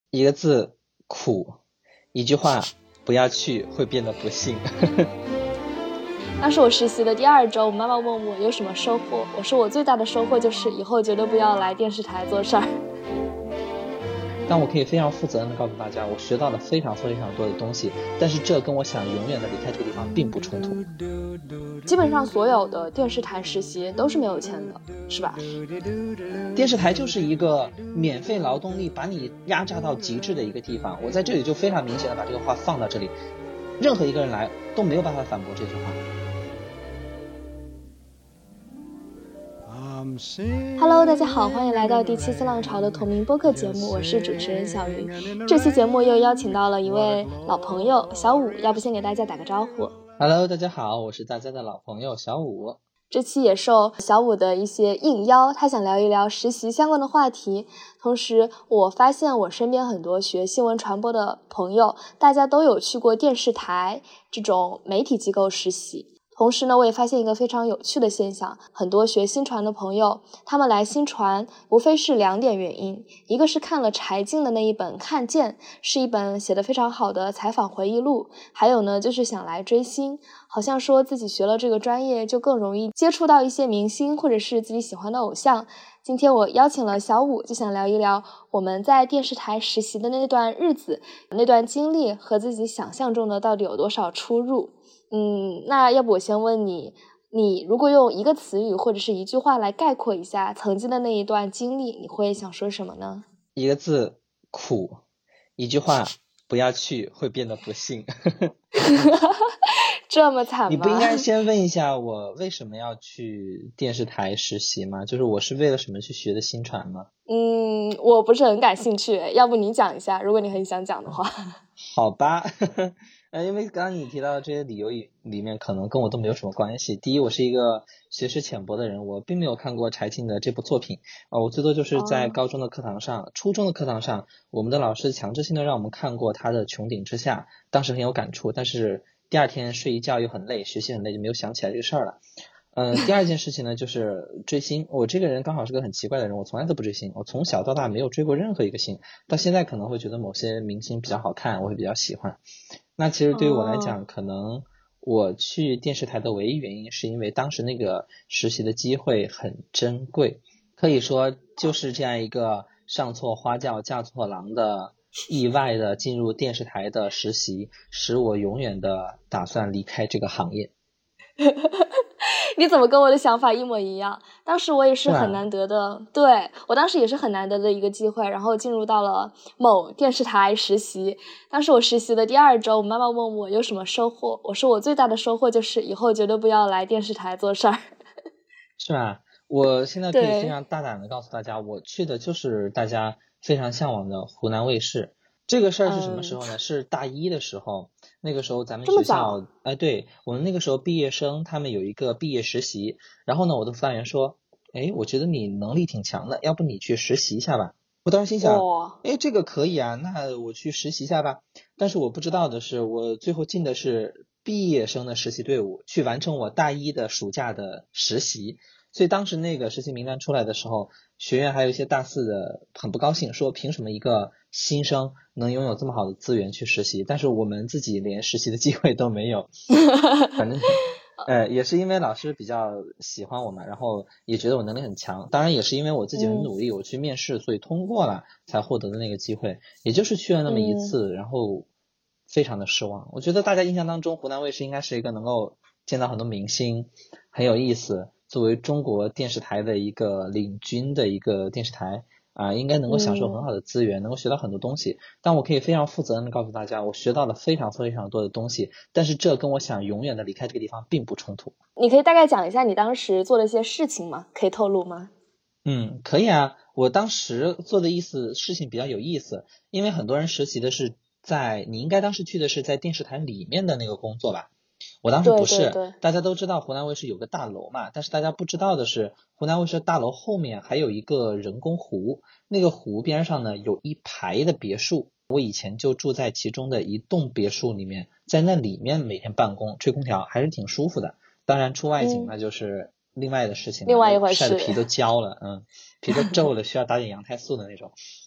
一个字苦，一句话不要去会变得不幸。 当时我实习的第2周，我妈妈问我有什么收获，我说我最大的收获就是以后绝对不要来电视台做事儿。 但我可以非常负责任的告诉大家，我学到了非常多的东西，但是这跟我想永远的离开这个地方并不冲突。 基本上所有的电视台实习都是没有钱的，是吧？ 电视台就是一个免费劳动力把你压榨到极致的一个地方，我在这里就非常明显的把这个话放到这里，任何一个人来都没有办法反驳这句话。 Hello， 大家好，欢迎来到第7次浪潮的同名播客节目，我是主持人小云。这期节目又邀请到了一位老朋友小武，要不先给大家打个招呼。 Hello， 大家好，我是大家的老朋友小武。 这期也受小武的一些应邀，他想聊一聊实习相关的话题。同时我发现我身边很多学新闻传播的朋友，大家都有去过电视台这种媒体机构实习。同时呢，我也发现一个非常有趣的现象，很多学新传的朋友，他们来新传无非是2点原因，一个是看了柴静的那一本《看见》，是一本写得非常好的采访回忆录，还有呢就是想来追星，好像说自己学了这个专业就更容易接触到一些明星或者是自己喜欢的偶像。今天我邀请了小武，就想聊一聊我们在电视台实习的那段日子，那段经历和自己想象中的到底有多少出入。那要不我先问你，你如果用一个词语或者是一句话来概括一下曾经的那一段经历，你会想说什么呢？ 一个字苦，一句话不要去会变得不幸。 这么惨吗？ 你不应该先问一下我为什么要去电视台实习吗？就是我是为了什么去学的新传吗？ 我不是很感兴趣，要不你讲一下，如果你很想讲的话。 好吧。因为刚刚你提到的这些理由里面可能跟我都没有什么关系。第一，我是一个学识浅薄的人，我并没有看过柴静的这部作品，我最多就是在高中的课堂上、初中的课堂上，我们的老师强制性的让我们看过他的《穹顶之下》，当时很有感触，但是第二天睡一觉又很累，学习很累，就没有想起来这个事儿了。第二件事情呢，就是追星。我这个人刚好是个很奇怪的人，我从来都不追星，我从小到大没有追过任何一个星，到现在可能会觉得某些明星比较好看，我会比较喜欢。那其实对于我来讲，可能我去电视台的唯一原因是因为当时那个实习的机会很珍贵，可以说就是这样一个上错花轿嫁错郎的意外的进入电视台的实习，使我永远的打算离开这个行业。 你怎么跟我的想法一模一样？当时我也是很难得的，对，我当时也是很难得的一个机会，然后进入到了某电视台实习。当时我实习的第2周，我妈妈问我有什么收获，我说我最大的收获就是以后绝对不要来电视台做事儿。 是吧？我现在可以非常大胆的告诉大家，我去的就是大家非常向往的湖南卫视。这个事儿是什么时候呢？是大一的时候，那个时候咱们学校，对，我们那个时候毕业生他们有一个毕业实习，然后呢，我的辅导员说，我觉得你能力挺强的，要不你去实习一下吧。我当时心想，这个可以啊，那我去实习一下吧。但是我不知道的是，我最后进的是毕业生的实习队伍，去完成我大一的暑假的实习。所以当时那个实习名单出来的时候，学院还有一些大四的很不高兴，说凭什么一个新生能拥有这么好的资源去实习，但是我们自己连实习的机会都没有。反正也是因为老师比较喜欢我嘛，然后也觉得我能力很强，当然也是因为我自己很努力，我去面试，所以通过了才获得的那个机会，也就是去了那么一次，然后非常的失望。我觉得大家印象当中湖南卫视应该是一个能够见到很多明星，很有意思，作为中国电视台的一个领军的一个电视台应该能够享受很好的资源，能够学到很多东西。但我可以非常负责任的告诉大家，我学到了非常多的东西，但是这跟我想永远的离开这个地方并不冲突。 你可以大概讲一下你当时做的一些事情吗？可以透露吗？ 可以啊。我当时做的事情比较有意思，因为很多人实习的是你应该当时去的是在电视台里面的那个工作吧。我当时不是， 对， 大家都知道湖南卫视有个大楼嘛，但是大家不知道的是，湖南卫视大楼后面还有一个人工湖，那个湖边上呢有一排的别墅，我以前就住在其中的一栋别墅里面，在那里面每天办公吹空调还是挺舒服的。当然出外景那就是另外的事情了， 另外一回事， 晒的皮都焦了，皮都皱了，需要打点羊胎素的那种。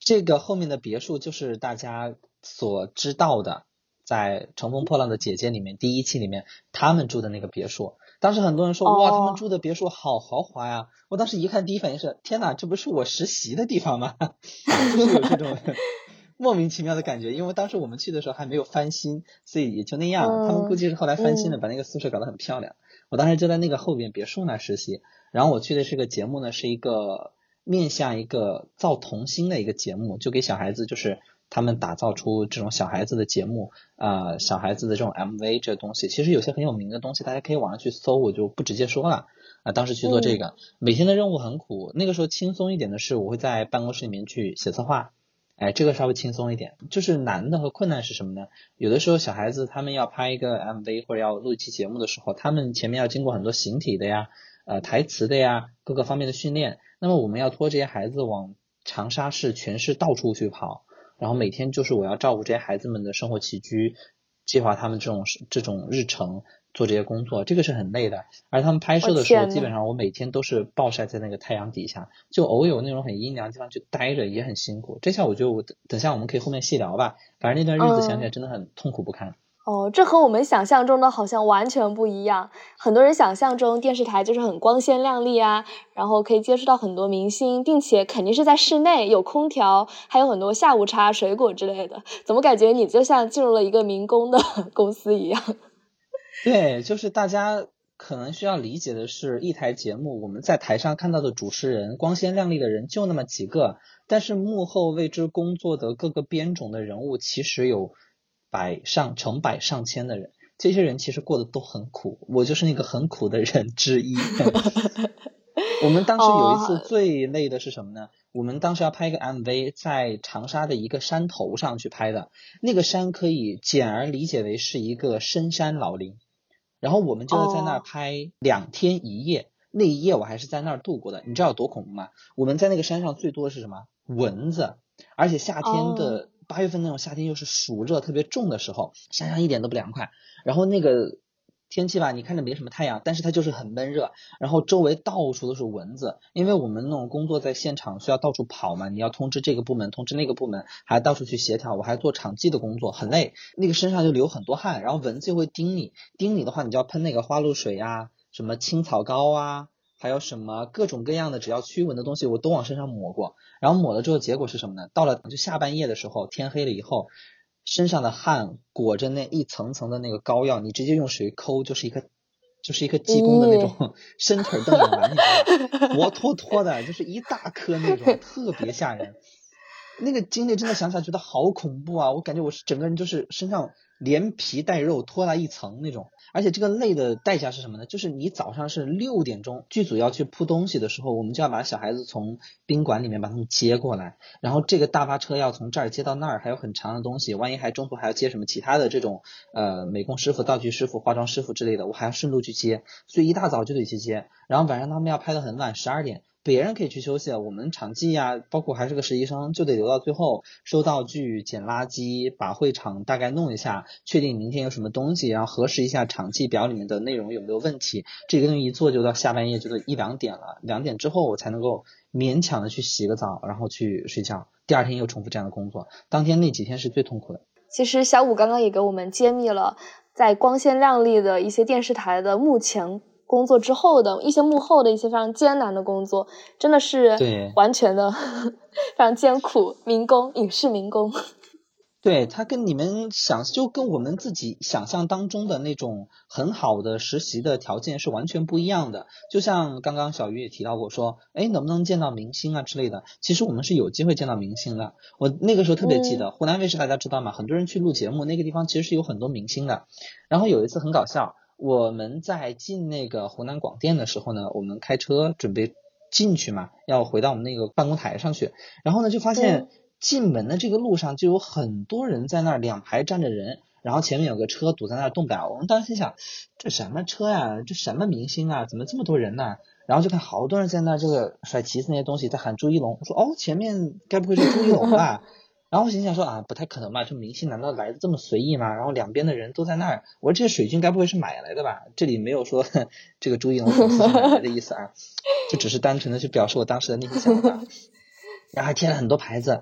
这个后面的别墅就是大家所知道的，在《乘风破浪的姐姐》里面第1期里面他们住的那个别墅。当时很多人说哇，他们住的别墅好豪华呀！我当时一看，第一反应是天哪，这不是我实习的地方吗？就是有这种莫名其妙的感觉。因为当时我们去的时候还没有翻新，所以也就那样。他们估计是后来翻新了，把那个宿舍搞得很漂亮。我当时就在那个后边别墅那实习，然后我去的是个节目呢，是一个面向一个造童星的一个节目，就给小孩子就是他们打造出这种小孩子的节目小孩子的这种 MV 这东西，其实有些很有名的东西大家可以网上去搜，我就不直接说了当时去做这个每天的任务很苦。那个时候轻松一点的是我会在办公室里面去写策划，这个稍微轻松一点。就是难的和困难是什么呢？有的时候小孩子他们要拍一个 MV 或者要录一期节目的时候，他们前面要经过很多形体的呀台词的呀各个方面的训练，那么我们要拖这些孩子往长沙市全市到处去跑，然后每天就是我要照顾这些孩子们的生活起居，计划他们这种日程，做这些工作，这个是很累的。而他们拍摄的时候基本上我每天都是暴晒在那个太阳底下，就偶有那种很阴凉的地方去待着也很辛苦。这下我觉得等下我们可以后面细聊吧，反正那段日子想起来真的很痛苦不堪。 这和我们想象中的好像完全不一样。很多人想象中电视台就是很光鲜亮丽啊，然后可以接触到很多明星，并且肯定是在室内有空调，还有很多下午茶水果之类的。怎么感觉你就像进入了一个民工的公司一样？ 对，就是大家可能需要理解的是，一台节目我们在台上看到的主持人光鲜亮丽的人就那么几个，但是幕后为之工作的各个编种的人物其实有成百上千的人，这些人其实过得都很苦，我就是那个很苦的人之一。我们当时有一次最累的是什么呢？我们当时要拍一个 MV， 在长沙的一个山头上去拍的，那个山可以简而理解为是一个深山老林，然后我们就要在那儿拍2天1夜，那一夜我还是在那儿度过的。你知道有多恐怖吗？我们在那个山上最多的是什么？蚊子，而且夏天的8月份那种夏天又是暑热特别重的时候，山上一点都不凉快。然后那个天气吧，你看着没什么太阳，但是它就是很闷热，然后周围到处都是蚊子。因为我们那种工作在现场需要到处跑嘛，你要通知这个部门通知那个部门，还到处去协调，我还做场记的工作，很累，那个身上就流很多汗，然后蚊子就会叮你的话，你就要喷那个花露水啊，什么青草膏啊，还有什么各种各样的只要驱蚊的东西我都往身上抹过。然后抹了之后结果是什么呢？到了就下半夜的时候，天黑了以后，身上的汗裹着那一层层的那个膏药，你直接用水抠就是一个鸡公的那种伸腿瞪眼丸，你知道吗？活脱脱的就是一大颗那种，特别吓人。那个经历真的想起来觉得好恐怖啊，我感觉我是整个人就是身上连皮带肉脱了一层那种。而且这个累的代价是什么呢？就是你早上是6点钟剧组要去铺东西的时候，我们就要把小孩子从宾馆里面把他们接过来，然后这个大巴车要从这儿接到那儿，还有很长的东西，万一还中途还要接什么其他的这种美工师傅、道具师傅、化妆师傅之类的，我还要顺路去接，所以一大早就得去接，然后晚上他们要拍得很晚12点，别人可以去休息，我们场记啊，包括还是个实习生，就得留到最后收道具、捡垃圾，把会场大概弄一下，确定明天有什么东西，然后核实一下场记表里面的内容有没有问题。这个东西一做就到下半夜就都1-2点了，2点之后我才能够勉强的去洗个澡，然后去睡觉，第二天又重复这样的工作。当天那几天是最痛苦的。 其实小五刚刚也给我们揭秘了在光鲜亮丽的一些电视台的幕前工作之后的一些幕后的一些非常艰难的工作，真的是完全的非常艰苦，民工，影视民工。 对，他跟你们就跟我们自己想象当中的那种很好的实习的条件是完全不一样的。就像刚刚小鱼也提到过说，能不能见到明星啊之类的，其实我们是有机会见到明星的。我那个时候特别记得湖南卫视，大家知道吗？很多人去录节目，那个地方其实是有很多明星的。然后有一次很搞笑，我们在进那个湖南广电的时候呢，我们开车准备进去嘛，要回到我们那个办公台上去，然后呢就发现进门的这个路上就有很多人在那儿2排站着人，然后前面有个车堵在那儿动不了。我们当时心想，这什么车呀，这什么明星啊，怎么这么多人呢？然后就看好多人在那儿这个甩旗子那些东西，在喊朱一龙。我说前面该不会是朱一龙吧？然后我心想说不太可能吧，这明星难道来的这么随意吗？然后两边的人都在那儿，我说这些水军该不会是买来的吧？这里没有说这个朱一龙粉丝是买来的意思啊，就只是单纯的去表示我当时的那些想法。然后还贴了很多牌子，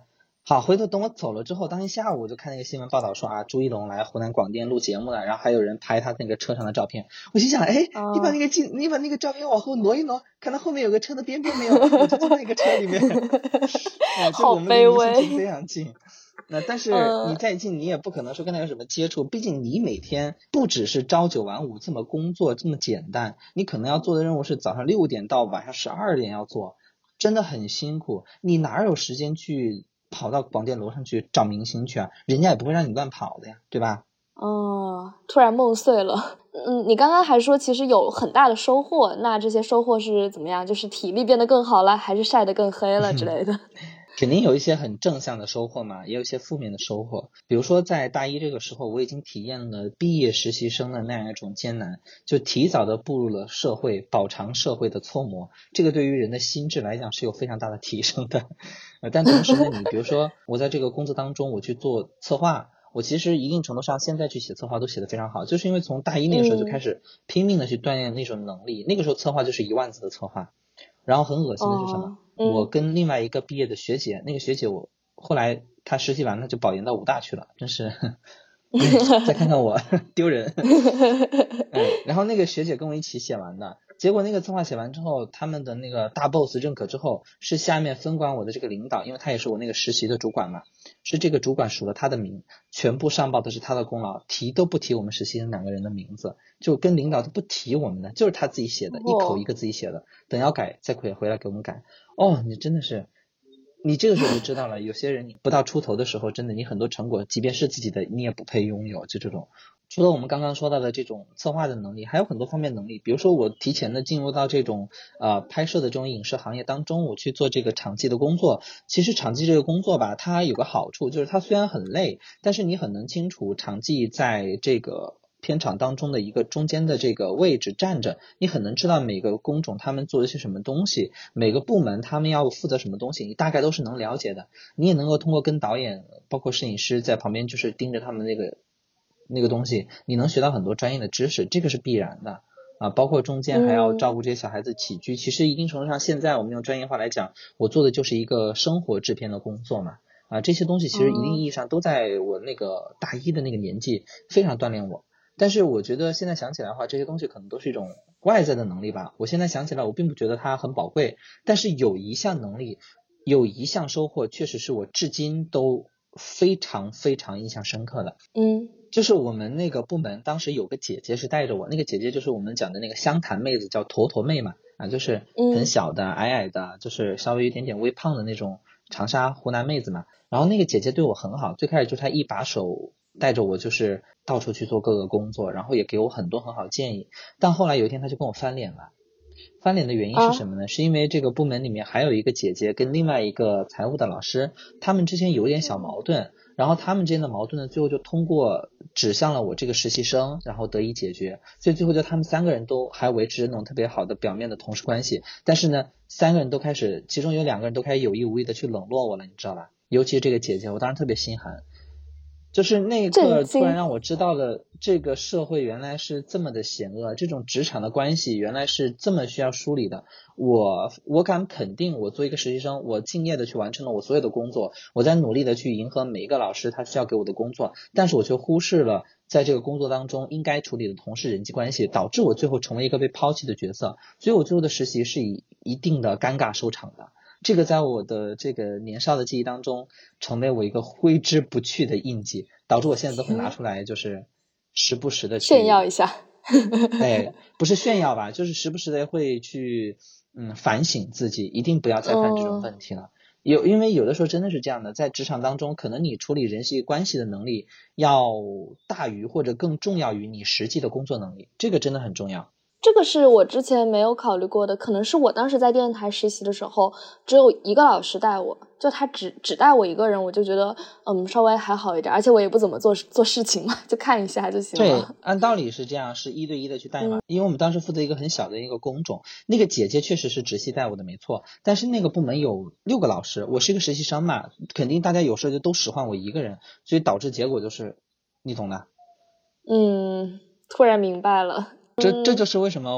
好，回头等我走了之后，当天下午我就看那个新闻报道说啊，朱一龙来湖南广电录节目了，然后还有人拍他那个车上的照片。我心想，哎，你把那个照片往后挪一挪，看到后面有个车的边边没有？我就坐那个车里面。就我们离明星群非常近。那但是你再近，你也不可能说跟他有什么接触，毕竟你每天不只是朝9晚5这么工作这么简单，你可能要做的任务是早上6点到晚上12点要做，真的很辛苦。你哪有时间去跑到广电楼上去找明星去啊？人家也不会让你乱跑的呀，对吧？ 突然梦碎了。你刚刚还说其实有很大的收获，那这些收获是怎么样？就是体力变得更好了，还是晒得更黑了之类的？ 肯定有一些很正向的收获嘛，也有一些负面的收获。比如说在大一这个时候，我已经体验了毕业实习生的那样一种艰难，就提早的步入了社会，饱尝社会的搓磨。这个对于人的心智来讲是有非常大的提升的。但同时呢，你比如说我在这个工作当中，我去做策划，我其实一定程度上现在去写策划都写得非常好，就是因为从大一那个时候就开始拼命的去锻炼那种能力。那个时候策划就是1万字的策划。然后很恶心的是什么？我跟另外一个毕业的学姐，那个学姐我后来她实习完了就保研到武大去了，真是再看看我丢人。然后那个学姐跟我一起写完的，结果那个策划写完之后，他们的那个大 boss 认可之后，是下面分管我的这个领导，因为他也是我那个实习的主管嘛，是这个主管署了他的名，全部上报的是他的功劳，提都不提我们实习生2个人的名字，就跟领导都不提我们的，就是他自己写的，一口一个自己写的，等要改再回来给我们改。你真的是，你这个时候就知道了，有些人不到出头的时候，真的你很多成果即便是自己的你也不配拥有，就这种。除了我们刚刚说到的这种策划的能力，还有很多方面能力，比如说我提前的进入到这种拍摄的这种影视行业当中，我去做这个场记的工作。其实场记这个工作吧，它有个好处，就是它虽然很累，但是你很能清楚场记在这个片场当中的一个中间的这个位置站着，你很能知道每个工种他们做的是什么东西，每个部门他们要负责什么东西，你大概都是能了解的。你也能够通过跟导演包括摄影师在旁边就是盯着他们那个东西，你能学到很多专业的知识，这个是必然的包括中间还要照顾这些小孩子起居。其实一定程度上现在我们用专业话来讲，我做的就是一个生活制片的工作嘛这些东西其实一定意义上都在我那个大一的那个年纪非常锻炼我。但是我觉得现在想起来的话，这些东西可能都是一种外在的能力吧，我现在想起来我并不觉得它很宝贵，但是有一项能力，有一项收获确实是我至今都非常非常印象深刻的。就是我们那个部门当时有个姐姐是带着我，那个姐姐就是我们讲的那个湘潭妹子，叫坨坨妹嘛就是很小的矮矮的，就是稍微有点点微胖的那种长沙湖南妹子嘛。然后那个姐姐对我很好，最开始就她一把手带着我就是到处去做各个工作，然后也给我很多很好建议。但后来有一天她就跟我翻脸了。翻脸的原因是什么呢？是因为这个部门里面还有一个姐姐跟另外一个财务的老师，他们之间有点小矛盾，然后他们之间的矛盾呢，最后就通过指向了我这个实习生，然后得以解决。所以最后就他们3个人都还维持那种特别好的表面的同事关系，但是呢3个人都开始，其中有2个人都开始有意无意的去冷落我了，你知道吧？尤其是这个姐姐，我当时特别心寒。就是那一刻突然让我知道了这个社会原来是这么的险恶，这种职场的关系原来是这么需要梳理的。我敢肯定，我做一个实习生，我敬业的去完成了我所有的工作，我在努力的去迎合每一个老师他需要给我的工作，但是我却忽视了在这个工作当中应该处理的同事人际关系，导致我最后成为一个被抛弃的角色。所以我最后的实习是以一定的尴尬收场的。这个在我的这个年少的记忆当中成为我一个挥之不去的印记，导致我现在都会拿出来就是时不时的炫耀一下。 不是炫耀吧，就是时不时的会去反省自己，一定不要再犯这种问题了。因为有的时候真的是这样的，在职场当中可能你处理人际关系的能力要大于或者更重要于你实际的工作能力，这个真的很重要。 这个是我之前没有考虑过的，可能是我当时在电视台实习的时候，只有一个老师带我，就他只带我一个人，我就觉得稍微还好一点，而且我也不怎么做事情嘛，就看一下就行了。 对，按道理是这样，是1对1的去带嘛，因为我们当时负责一个很小的一个工种，那个姐姐确实是直系带我的没错，但是那个部门有6个老师，我是一个实习生嘛，肯定大家有事就都使唤我一个人，所以导致结果就是你懂的。 突然明白了。 这就是为什么我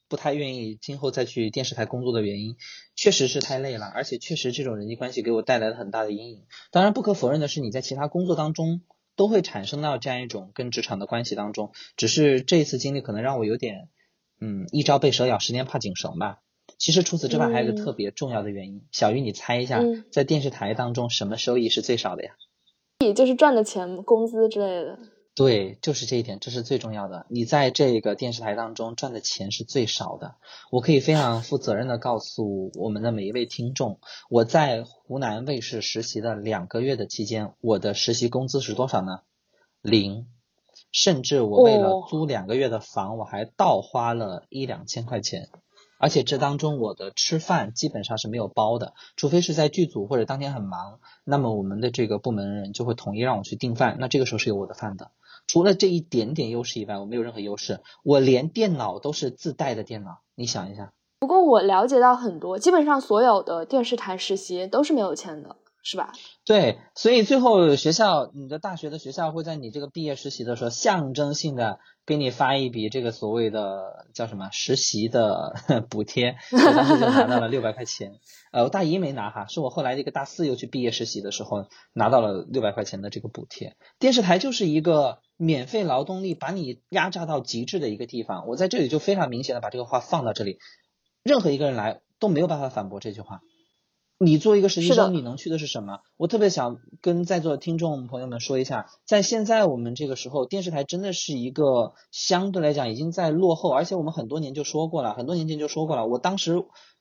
不太愿意今后再去电视台工作的原因，确实是太累了，而且确实这种人际关系给我带来了很大的阴影。当然不可否认的是，你在其他工作当中都会产生到这样一种跟职场的关系当中，只是这一次经历可能让我有点一朝被蛇咬10年怕井绳吧。其实除此之外还有一个特别重要的原因，小鱼你猜一下，在电视台当中什么收益是最少的呀？ 也就是赚的钱，工资之类的。 对，就是这一点，这是最重要的。你在这个电视台当中赚的钱是最少的。我可以非常负责任的告诉我们的每一位听众，我在湖南卫视实习的2个月的期间，我的实习工资是多少呢？0。甚至我为了租2个月的房，我还倒花了1-2千块钱。而且这当中我的吃饭基本上是没有包的，除非是在剧组或者当天很忙，那么我们的这个部门人就会统一让我去订饭，那这个时候是有我的饭的。除了这一点点优势以外，我没有任何优势，我连电脑都是自带的电脑，你想一下。 不过我了解到很多，基本上所有的电视台实习都是没有钱的，是吧？ 对，所以最后学校，你的大学的学校会在你这个毕业实习的时候象征性的给你发一笔这个所谓的叫什么实习的补贴，我当时就拿到了600块钱。我大一没拿哈，是我后来这个大4又去毕业实习的时候拿到了600块钱的这个补贴。电视台就是一个免费劳动力把你压榨到极致的一个地方，我在这里就非常明显的把这个话放到这里，任何一个人来都没有办法反驳这句话。你做一个实习生，你能去的是什么？我特别想跟在座的听众朋友们说一下，在现在我们这个时候，电视台真的是一个相对来讲已经在落后，而且我们很多年前就说过了，我当时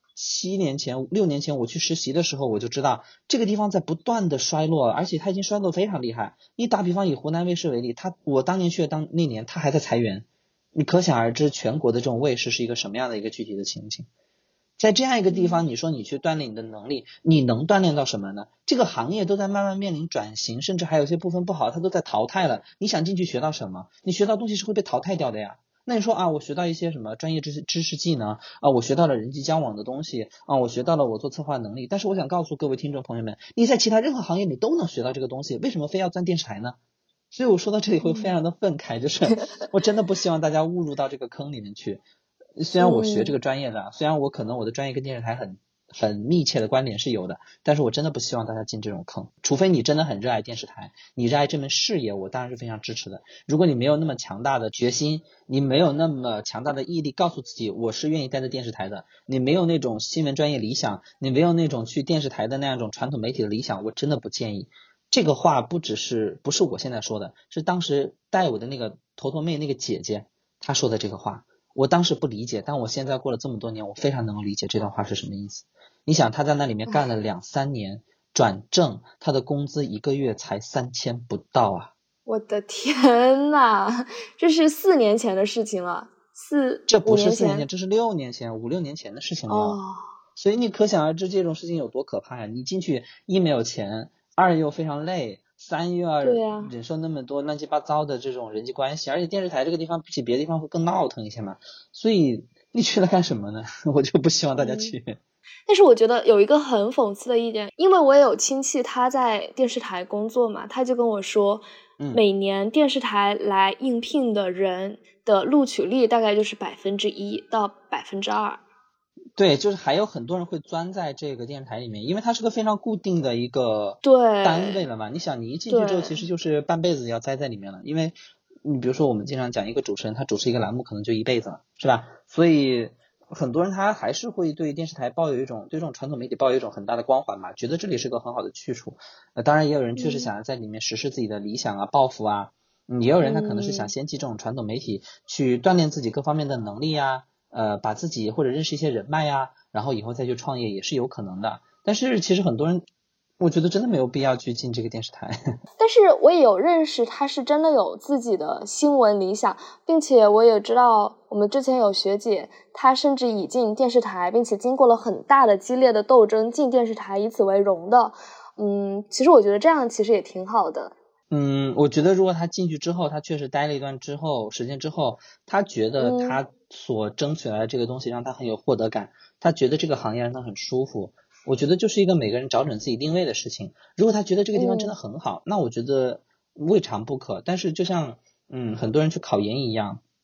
6年前我去实习的时候，我就知道这个地方在不断的衰落，而且它已经衰落非常厉害。你打比方以湖南卫视为例，我当年去的那年它还在裁员，你可想而知全国的这种卫视是一个什么样的一个具体的情景。在这样一个地方，你说你去锻炼你的能力，你能锻炼到什么呢？这个行业都在慢慢面临转型，甚至还有些部分不好，它都在淘汰了。你想进去学到什么？你学到东西是会被淘汰掉的呀。那你说啊，我学到一些什么专业知识技能啊，我学到了人际交往的东西啊，我学到了我做策划能力。但是我想告诉各位听众朋友们，你在其他任何行业你都能学到这个东西，为什么非要钻电视台呢？所以我说到这里会非常的愤慨，就是我真的不希望大家误入到这个坑里面去。虽然我学这个专业的，虽然我可能我的专业跟电视台很密切的关联是有的，但是我真的不希望大家进这种坑，除非你真的很热爱电视台，你热爱这门事业，我当然是非常支持的。如果你没有那么强大的决心，你没有那么强大的毅力告诉自己我是愿意待在电视台的，你没有那种新闻专业理想，你没有那种去电视台的那样一种传统媒体的理想，我真的不建议。这个话不是我现在说的，是当时带我的那个头头妹那个姐姐她说的这个话。我当时不理解，但我现在过了这么多年，我非常能够理解这段话是什么意思。你想他在那里面干了2-3年，转正，他的工资1个月才3000不到啊！ 我的天哪，这是4年前的事情了， 这不是4年前，这是6年前、5-6年前的事情了。 哦， 所以你可想而知这种事情有多可怕呀！你进去1没有钱，2又非常累，3又要忍受那么多乱七八糟的这种人际关系，而且电视台这个地方比起别的地方会更闹腾一些嘛，所以你去了干什么呢？我就不希望大家去。 但是我觉得有一个很讽刺的一点，因为我也有亲戚他在电视台工作嘛，他就跟我说，每年电视台来应聘的人的录取率大概就是1%到2%。 对，就是还有很多人会钻在这个电视台里面，因为它是个非常固定的一个单位了嘛。你想，你一进去之后，其实就是半辈子要栽在里面了。因为你比如说，我们经常讲一个主持人，他主持一个栏目可能就一辈子了，是吧？所以很多人他还是会对电视台对这种传统媒体抱有一种很大的光环嘛，觉得这里是个很好的去处。当然也有人确实想要在里面实施自己的理想啊、抱负啊。也有人他可能是想先进这种传统媒体去锻炼自己各方面的能力啊。把自己或者认识一些人脉呀，然后以后再去创业也是有可能的。但是其实很多人，我觉得真的没有必要去进这个电视台。 但是我也有认识他是真的有自己的新闻理想，并且我也知道我们之前有学姐，她甚至已进电视台，并且经过了很大的激烈的斗争进电视台，以此为荣的。其实我觉得这样其实也挺好的。 我觉得如果他进去之后，他确实待了一段时间之后，他觉得他所争取来的这个东西让他很有获得感，他觉得这个行业让他很舒服，我觉得就是一个每个人找准自己定位的事情。如果他觉得这个地方真的很好，那我觉得未尝不可。但是就像很多人去考研一样，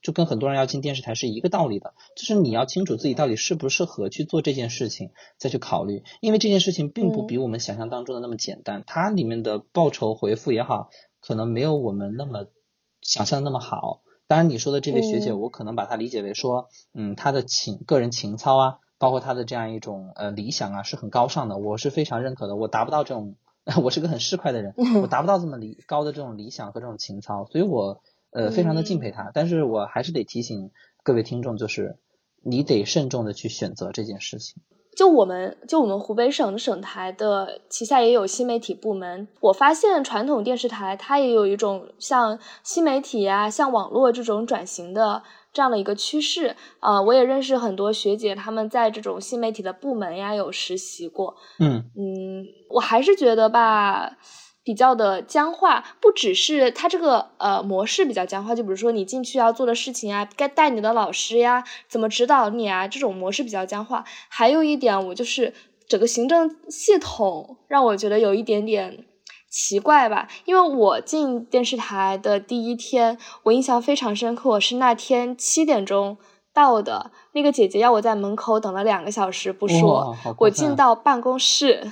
就跟很多人要进电视台是一个道理的，就是你要清楚自己到底适不适合去做这件事情，再去考虑，因为这件事情并不比我们想象当中的那么简单，它里面的报酬回复也好，可能没有我们那么想象的那么好。当然你说的这位学姐，我可能把她理解为说，她的个人情操啊，包括她的这样一种理想啊，是很高尚的，我是非常认可的。我达不到这种，我是个很市侩的人，我达不到这么高的这种理想和这种情操，所以我非常的敬佩她。但是我还是得提醒各位听众，就是你得慎重的去选择这件事情。 就我们湖北省的省台的旗下也有新媒体部门，我发现传统电视台它也有一种像新媒体啊，像网络这种转型的这样的一个趋势。我也认识很多学姐，她们在这种新媒体的部门呀有实习过。我还是觉得吧，比较的僵化，不只是它这个模式比较僵化，就比如说你进去要做的事情啊，该带你的老师呀，怎么指导你啊，这种模式比较僵化。还有一点，我就是整个行政系统让我觉得有一点点奇怪吧。因为我进电视台的第一天，我印象非常深刻，我是那天7点钟到的，那个姐姐要我在门口等了2个小时不说，我进到办公室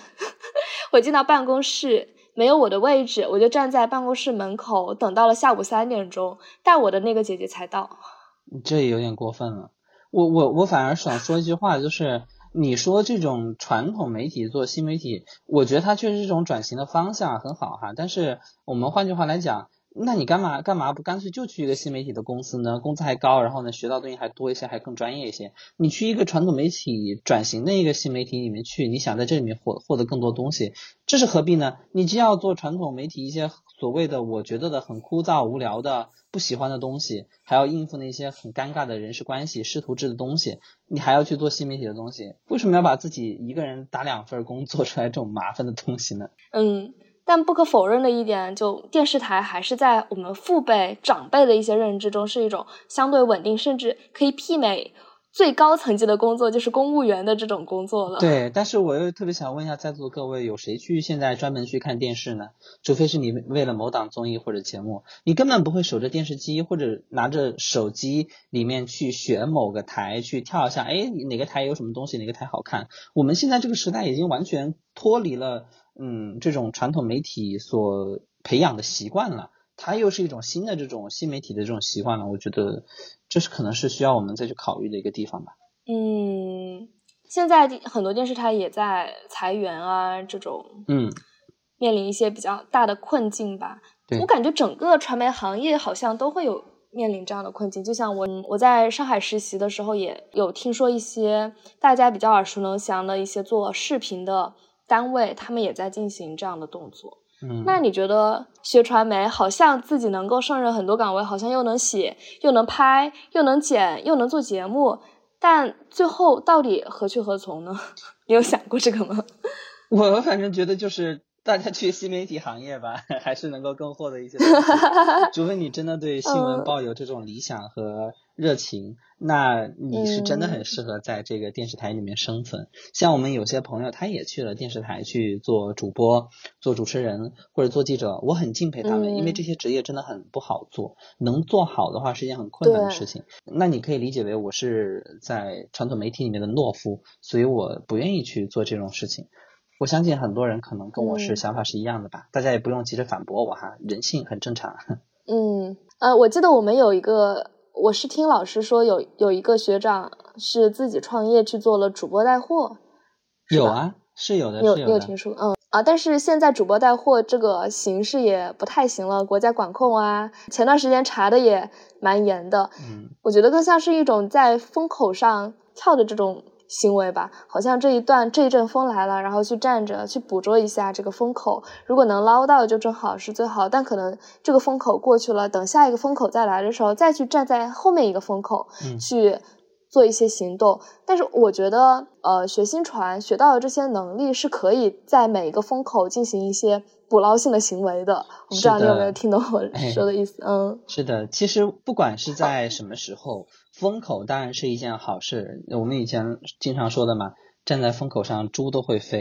没有我的位置，我就站在办公室门口等到了下午3点钟，带我的那个姐姐才到。 这也有点过分了。我反而想说一句话，就是你说这种传统媒体做新媒体，我觉得它确实是一种转型的方向很好哈。但是我们换句话来讲，那你干嘛不干脆就去一个新媒体的公司呢？工资还高，然后呢学到东西还多一些，还更专业一些。你去一个传统媒体转型的一个新媒体里面去，你想在这里面获得更多东西，这是何必呢？你既要做传统媒体一些所谓的我觉得的很枯燥无聊的不喜欢的东西，还要应付那些很尴尬的人事关系师徒制的东西，你还要去做新媒体的东西，为什么要把自己一个人打2份工做出来这种麻烦的东西呢？ 但不可否认的一点，就电视台还是在我们父辈长辈的一些认知中是一种相对稳定，甚至可以媲美最高层级的工作，就是公务员的这种工作了。 对，但是我又特别想问一下在座的各位，有谁现在专门去看电视呢？除非是你为了某档综艺或者节目，你根本不会守着电视机或者拿着手机里面去选某个台去跳一下，哪个台有什么东西，哪个台好看。我们现在这个时代已经完全脱离了这种传统媒体所培养的习惯了，它又是一种新的这种新媒体的这种习惯了，我觉得这可能是需要我们再去考虑的一个地方吧。 现在很多电视台也在裁员啊，这种面临一些比较大的困境吧。我感觉整个传媒行业好像都会有面临这样的困境。就像我在上海实习的时候，也有听说一些大家比较耳熟能详的一些做视频的单位，他们也在进行这样的动作。那你觉得学传媒好像自己能够胜任很多岗位，好像又能写又能拍又能剪又能做节目，但最后到底何去何从呢？你有想过这个吗？ 我反正觉得就是大家去新媒体行业吧，还是能够更获得一些东西除非你真的对新闻抱有这种理想和热情，那你是真的很适合在这个电视台里面生存。像我们有些朋友他也去了电视台去做主播做主持人或者做记者，我很敬佩他们因为这些职业真的很不好做，能做好的话是一件很困难的事情。那你可以理解为我是在传统媒体里面的懦夫，所以我不愿意去做这种事情。我相信很多人可能跟我是想法是一样的吧，大家也不用急着反驳我哈，人性很正常。 我记得我们有一个，我是听老师说有一个学长是自己创业去做了主播带货。 有啊，是有的， 你有听说？但是现在主播带货这个形式也不太行了，国家管控啊，前段时间查的也蛮严的。我觉得更像是一种在风口上跳的这种行为吧，好像这一阵风来了，然后去站着去捕捉一下这个风口，如果能捞到就正好是最好，但可能这个风口过去了，等下一个风口再来的时候再去站在后面一个风口去做一些行动。但是我觉得学新传学到的这些能力是可以在每一个风口进行一些捕捞性的行为的。我不知道你有没有听懂我说的意思。 是的，其实不管是在什么时候，风口当然是一件好事，我们以前经常说的嘛，站在风口上猪都会飞。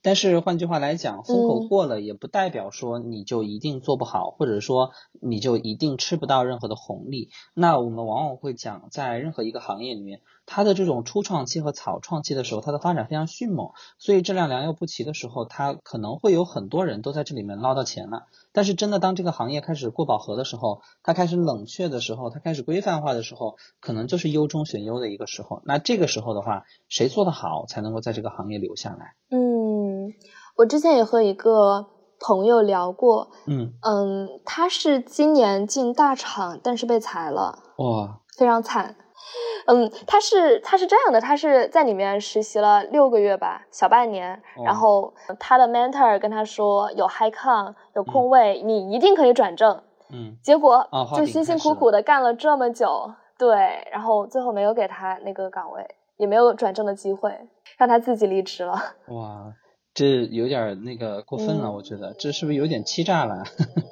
但是换句话来讲，风口过了也不代表说你就一定做不好，或者说你就一定吃不到任何的红利。那我们往往会讲，在任何一个行业里面，它的这种初创期和草创期的时候，它的发展非常迅猛，所以质量良莠不齐的时候，它可能会有很多人都在这里面捞到钱了。但是真的当这个行业开始过饱和的时候，它开始冷却的时候，它开始规范化的时候，可能就是优中选优的一个时候。那这个时候的话，谁做得好才能够在这个行业留下来。 我之前也和一个朋友聊过，他是今年进大厂，但是被裁了， 哇， 非常惨。他是这样的，他是在里面实习了6个月吧，小半年，然后他的 mentor 跟他说有 high con 有空位，你一定可以转正。结果就辛辛苦苦的干了这么久，对，然后最后没有给他那个岗位，也没有转正的机会，让他自己离职了。 哇，这有点那个过分了，我觉得这是不是有点欺诈了？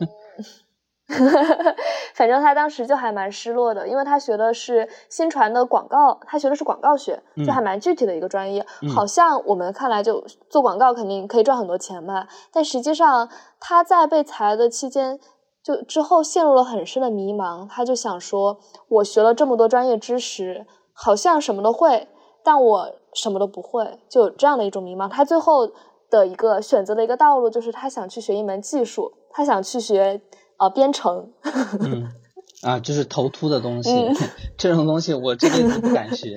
反正他当时就还蛮失落的，因为他学的是新传的广告，他学的是广告学，就还蛮具体的一个专业。好像我们看来就做广告肯定可以赚很多钱嘛，但实际上他在被裁的期间，就之后陷入了很深的迷茫。他就想说，我学了这么多专业知识，好像什么都会，但我什么都不会，就有这样的一种迷茫。他最后的一个选择的一个道路就是他想去学一门技术，他想去学编程。 就是头秃的东西，这种东西我这辈子不敢学。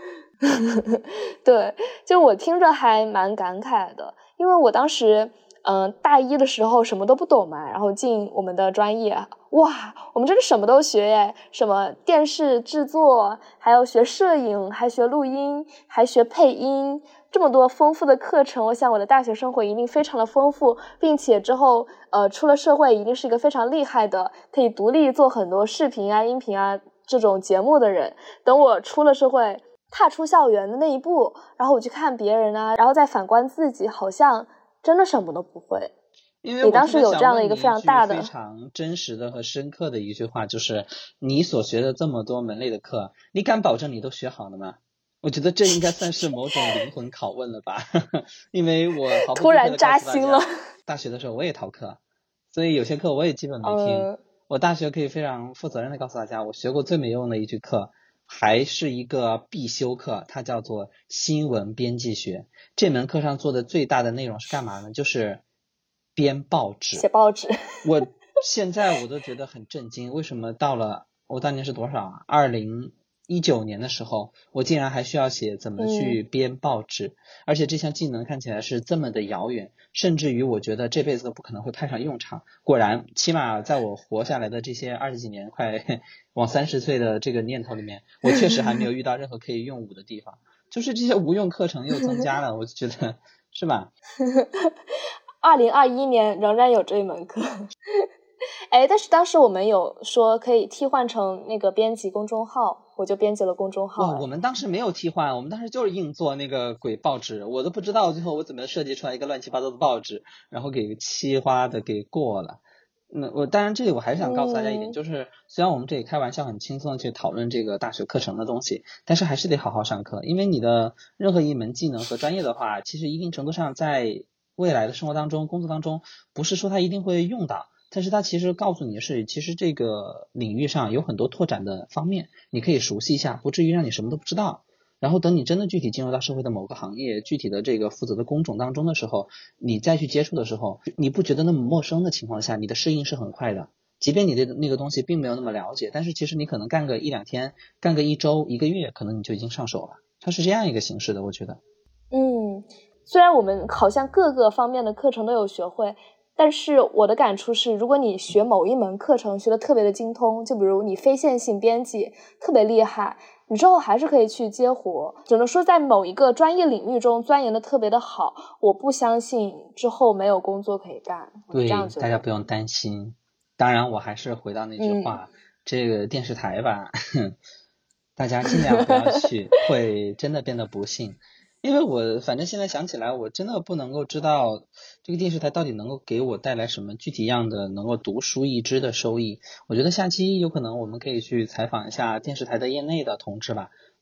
对，就我听着还蛮感慨的，因为我当时大一的时候什么都不懂嘛，然后进我们的专业，哇，我们真的什么都学耶，什么电视制作，还要学摄影，还学录音，还学配音，这么多丰富的课程，我想我的大学生活一定非常的丰富，并且之后出了社会一定是一个非常厉害的，可以独立做很多视频啊、音频啊这种节目的人。等我出了社会，踏出校园的那一步，然后我去看别人啊，然后再反观自己，好像真的什么都不会。 因为你当时有这样的一个非常大的、 非常真实的和深刻的一句话，就是你所学的这么多门类的课，你敢保证你都学好了吗？我觉得这应该算是某种灵魂拷问了吧。因为我毫不突然扎心了。 大学的时候我也逃课，所以有些课我也基本没听。我大学可以非常负责任的告诉大家，我学过最没用的一句课，还是一个必修课，它叫做新闻编辑学。这门课上做的最大的内容是干嘛呢？就是编报纸， 写报纸。 我现在我都觉得很震惊，为什么到了我当年是多少啊？2019年的时候，我竟然还需要写怎么去编报纸，而且这项技能看起来是这么的遥远，甚至于我觉得这辈子都不可能会派上用场。果然，起码在我活下来的这些20几年，快往30岁的这个念头里面，我确实还没有遇到任何可以用武的地方，就是这些无用课程又增加了，我就觉得是吧 ？2021年仍然有这一门课。但是当时我们有说可以替换成那个编辑公众号，我就编辑了公众号。 我们当时没有替换，我们当时就是硬做那个鬼报纸，我都不知道最后我怎么设计出来一个乱七八糟的报纸，然后给漆花的给过了。当然这里我还是想告诉大家一点，就是虽然我们这里开玩笑很轻松的去讨论这个大学课程的东西，但是还是得好好上课，因为你的任何一门技能和专业的话，其实一定程度上在未来的生活当中、工作当中，不是说它一定会用到，但是它其实告诉你的是，其实这个领域上有很多拓展的方面，你可以熟悉一下，不至于让你什么都不知道。然后等你真的具体进入到社会的某个行业，具体的这个负责的工种当中的时候，你再去接触的时候，你不觉得那么陌生的情况下，你的适应是很快的。即便你对那个东西并没有那么了解，但是其实你可能干个1-2天，干个1周、1个月，可能你就已经上手了。它是这样一个形式的，我觉得。 虽然我们好像各个方面的课程都有学会，但是我的感触是，如果你学某一门课程学得特别的精通，就比如你非线性编辑特别厉害，你之后还是可以去接活，只能说在某一个专业领域中钻研的特别的好，我不相信之后没有工作可以干。 对， 这样觉得大家不用担心。当然我还是回到那句话，这个电视台吧，大家尽量不要去，会真的变得不幸。因为我反正现在想起来，我真的不能够知道这个电视台到底能够给我带来什么具体样的能够独树一帜的收益。我觉得下期有可能我们可以去采访一下电视台的业内的同志吧，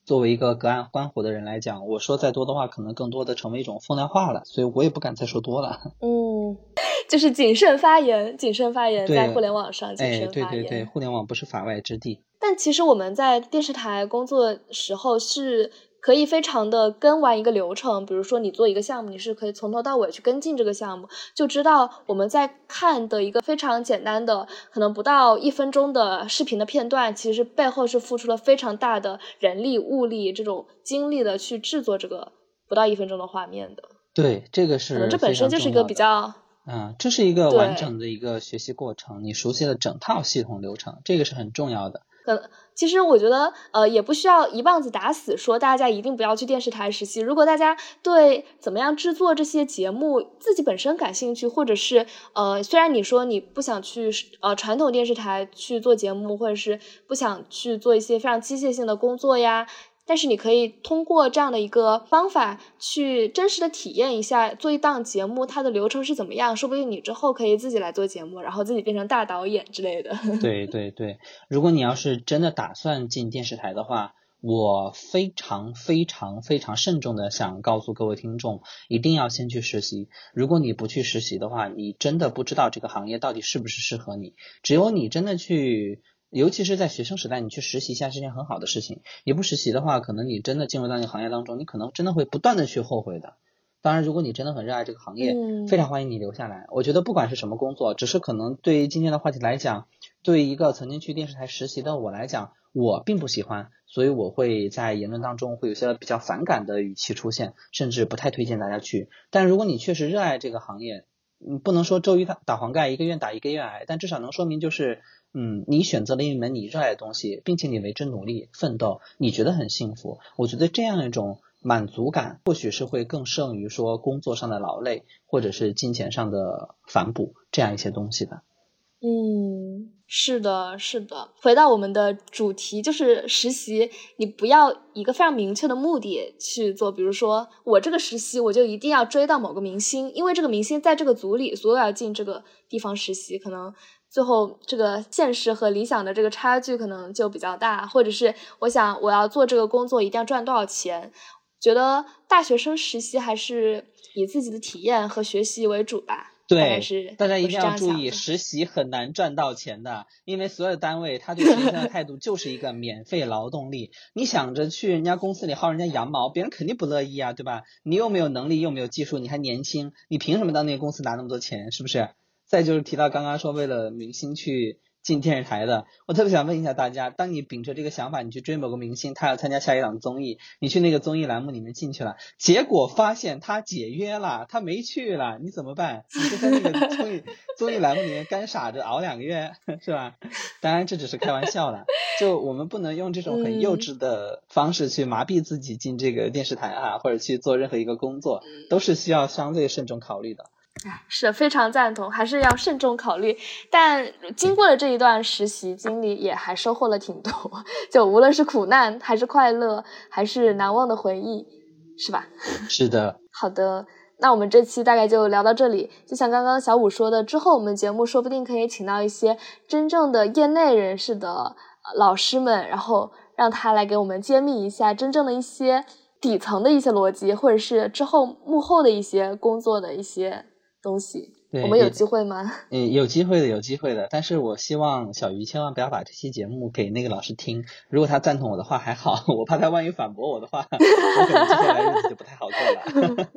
作为一个隔岸观火的人来讲，我说再多的话可能更多的成为一种风凉话了，所以我也不敢再说多了。 就是谨慎发言，在互联网上谨慎发言。 对，互联网不是法外之地。 但其实我们在电视台工作时候是可以非常的跟完一个流程，比如说你做一个项目，你是可以从头到尾去跟进这个项目，就知道我们在看的一个非常简单的可能不到1分钟的视频的片段，其实背后是付出了非常大的人力物力这种精力的去制作这个不到1分钟的画面的。 对，这个是可能这本身就是一个比较这是一个完整的一个学习过程，你熟悉了整套系统流程，这个是很重要的。 其实我觉得也不需要一棒子打死说大家一定不要去电视台实习。如果大家对怎么样制作这些节目自己本身感兴趣，或者是虽然你说你不想去传统电视台去做节目，或者是不想去做一些非常机械性的工作呀，但是你可以通过这样的一个方法去真实的体验一下做一档节目它的流程是怎么样，说不定你之后可以自己来做节目，然后自己变成大导演之类的。 对，如果你要是真的打算进电视台的话，我非常慎重的想告诉各位听众，一定要先去实习。如果你不去实习的话，你真的不知道这个行业到底是不是适合你。只有你真的去，尤其是在学生时代，你去实习一下是件很好的事情。你不实习的话，可能你真的进入到那个行业当中，你可能真的会不断的去后悔的。当然如果你真的很热爱这个行业，非常欢迎你留下来。我觉得不管是什么工作，只是可能对于今天的话题来讲，对于一个曾经去电视台实习的我来讲，我并不喜欢，所以我会在言论当中会有些比较反感的语气出现，甚至不太推荐大家去。但如果你确实热爱这个行业，不能说周瑜打黄盖一个愿打一个愿挨，但至少能说明就是你选择了一门你热爱的东西，并且你为之努力奋斗，你觉得很幸福。我觉得这样一种满足感或许是会更胜于说工作上的劳累或者是金钱上的反哺这样一些东西的。 是的。回到我们的主题，就是实习，你不要一个非常明确的目的去做，比如说我这个实习我就一定要追到某个明星，因为这个明星在这个组里，所以要进这个地方实习，可能最后这个现实和理想的这个差距可能就比较大。或者是我想我要做这个工作一定要赚多少钱，觉得大学生实习还是以自己的体验和学习为主吧。 对，大家一定要注意，实习很难赚到钱的，因为所有的单位他对实习生的态度就是一个免费劳动力。你想着去人家公司里薅人家羊毛，别人肯定不乐意啊，对吧？你又没有能力又没有技术，你还年轻，你凭什么到那个公司拿那么多钱，是不是？再就是提到刚刚说为了明星去进电视台的，我特别想问一下大家，当你秉着这个想法你去追某个明星，他要参加下一档综艺，你去那个综艺栏目里面进去了，结果发现他解约了，他没去了，你怎么办？你就在那个综艺栏目里面干傻着熬2个月是吧？当然这只是开玩笑了，就我们不能用这种很幼稚的方式去麻痹自己进这个电视台啊，或者去做任何一个工作，都是需要相对慎重考虑的。 是非常赞同，还是要慎重考虑。但经过了这一段实习经历，也还收获了挺多，就无论是苦难还是快乐还是难忘的回忆，是吧？ 是的。 好的，那我们这期大概就聊到这里。就像刚刚小五说的，之后我们节目说不定可以请到一些真正的业内人士的老师们，然后让他来给我们揭秘一下真正的一些底层的一些逻辑，或者是之后幕后的一些工作的一些东西。我们有机会吗？ 有机会的，但是我希望小鱼千万不要把这期节目给那个老师听，如果他赞同我的话还好，我怕他万一反驳我的话，我可能接下来日子就不太好过了。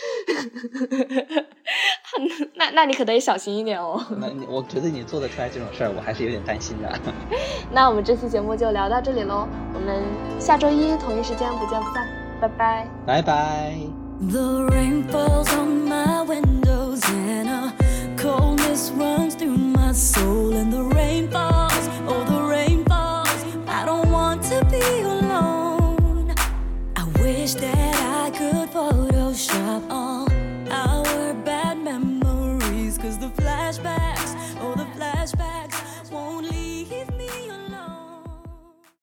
那你可得小心一点哦。 我觉得你做得出来这种事儿，我还是有点担心的。 那我们这期节目就聊到这里咯，我们下周一同一时间不见不散，拜拜。 拜拜。 The rain falls on my windows and a coldness runs through my soul, and the rain